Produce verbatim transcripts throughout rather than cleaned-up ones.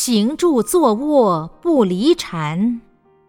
行住坐卧不离禅。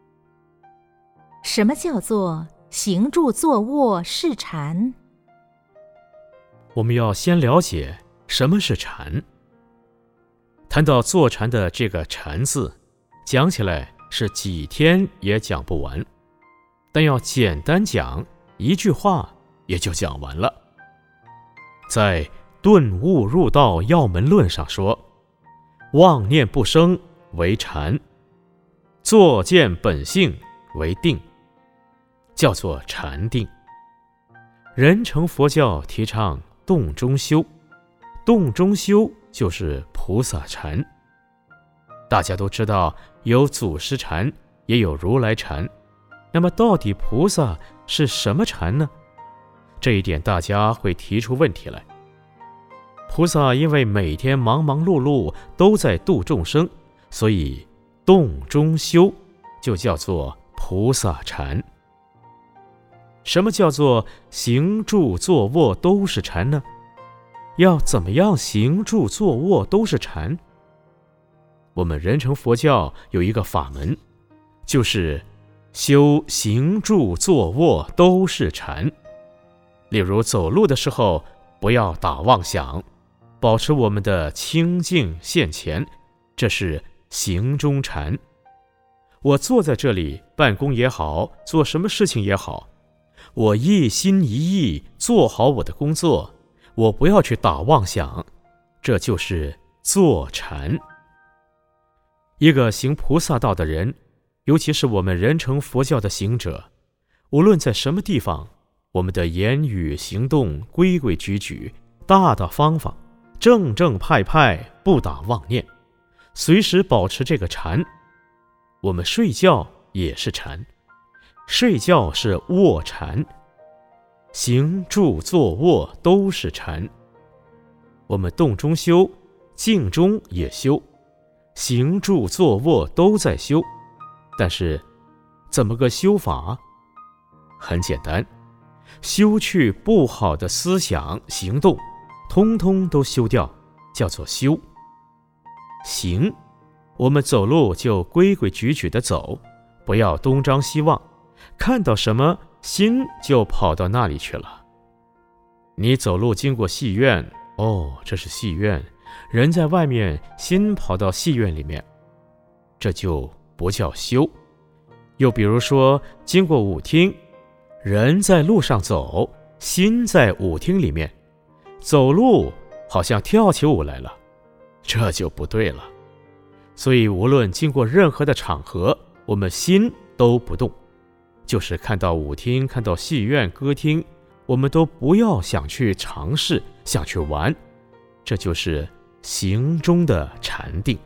什么叫做行住坐卧是禅？ 我们要先了解什么是禅。谈到坐禅的这个禅字，讲起来是几天也讲不完，但要简单讲，一句话也就讲完了。在《顿悟入道要门论》上说，妄念不生为禅，作见本性为定，叫做禅定。人成佛教提倡动中修，动中修就是菩萨禅。大家都知道有祖师禅，也有如来禅，那么到底菩萨是什么禅呢？这一点大家会提出问题来。菩萨因为每天忙忙碌碌都在度众生，所以动中修就叫做菩萨禅。什么叫做行住坐卧都是禅呢？要怎么样行住坐卧都是禅？我们人成佛教有一个法门，就是修行住坐卧都是禅。例如走路的时候不要打妄想，保持我们的清净现前，这是行中禅。我坐在这里办公也好，做什么事情也好，我一心一意做好我的工作，我不要去打妄想，这就是坐禅。一个行菩萨道的人，尤其是我们人成佛教的行者，无论在什么地方，我们的言语行动规规矩矩，大大方方，正正派派，不打妄念，随时保持这个禅。我们睡觉也是禅，睡觉是卧禅，行住坐卧都是禅。我们动中修，静中也修，行住坐卧都在修。但是怎么个修法？很简单，修去不好的思想行动，通通都修掉，叫做修。行，我们走路就规规矩矩地走，不要东张西望，看到什么心就跑到那里去了。你走路经过戏院，哦，这是戏院，人在外面，心跑到戏院里面，这就不叫修。又比如说经过舞厅，人在路上走，心在舞厅里面，走路好像跳起舞来了，这就不对了。所以无论经过任何的场合，我们心都不动，就是看到舞厅，看到戏院歌厅，我们都不要想去尝试，想去玩，这就是行中的禅定。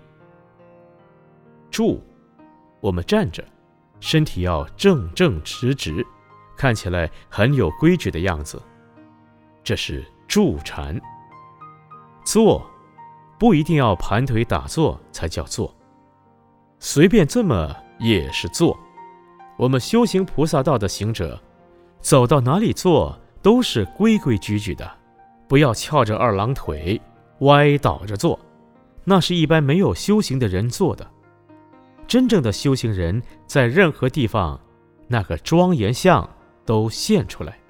住，我们站着，身体要正正直直，看起来很有规矩的样子，这是住禅。坐，不一定要盘腿打坐才叫坐，随便这么也是坐。我们修行菩萨道的行者，走到哪里坐都是规规矩矩的，不要翘着二郎腿歪倒着坐，那是一般没有修行的人做的。真正的修行人在任何地方，那个庄严相都现出来。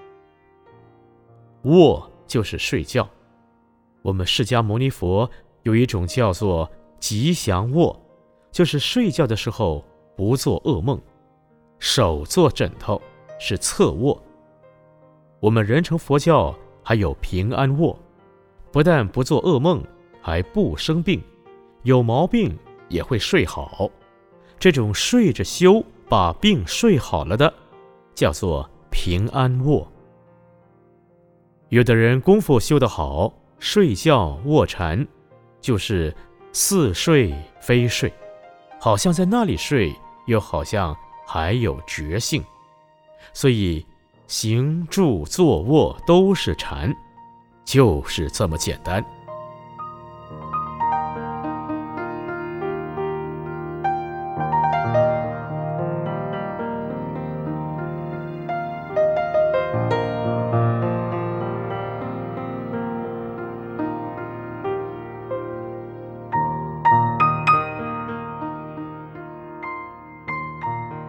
卧就是睡觉，我们释迦牟尼佛有一种叫做吉祥卧，就是睡觉的时候不做噩梦，手做枕头是侧卧。我们人成佛教还有平安卧，不但不做噩梦，还不生病，有毛病也会睡好。这种睡着修把病睡好了的，叫做平安卧。有的人功夫修得好，睡觉卧禅就是似睡非睡，好像在那里睡，又好像还有觉性。所以行住坐卧都是禅，就是这么简单。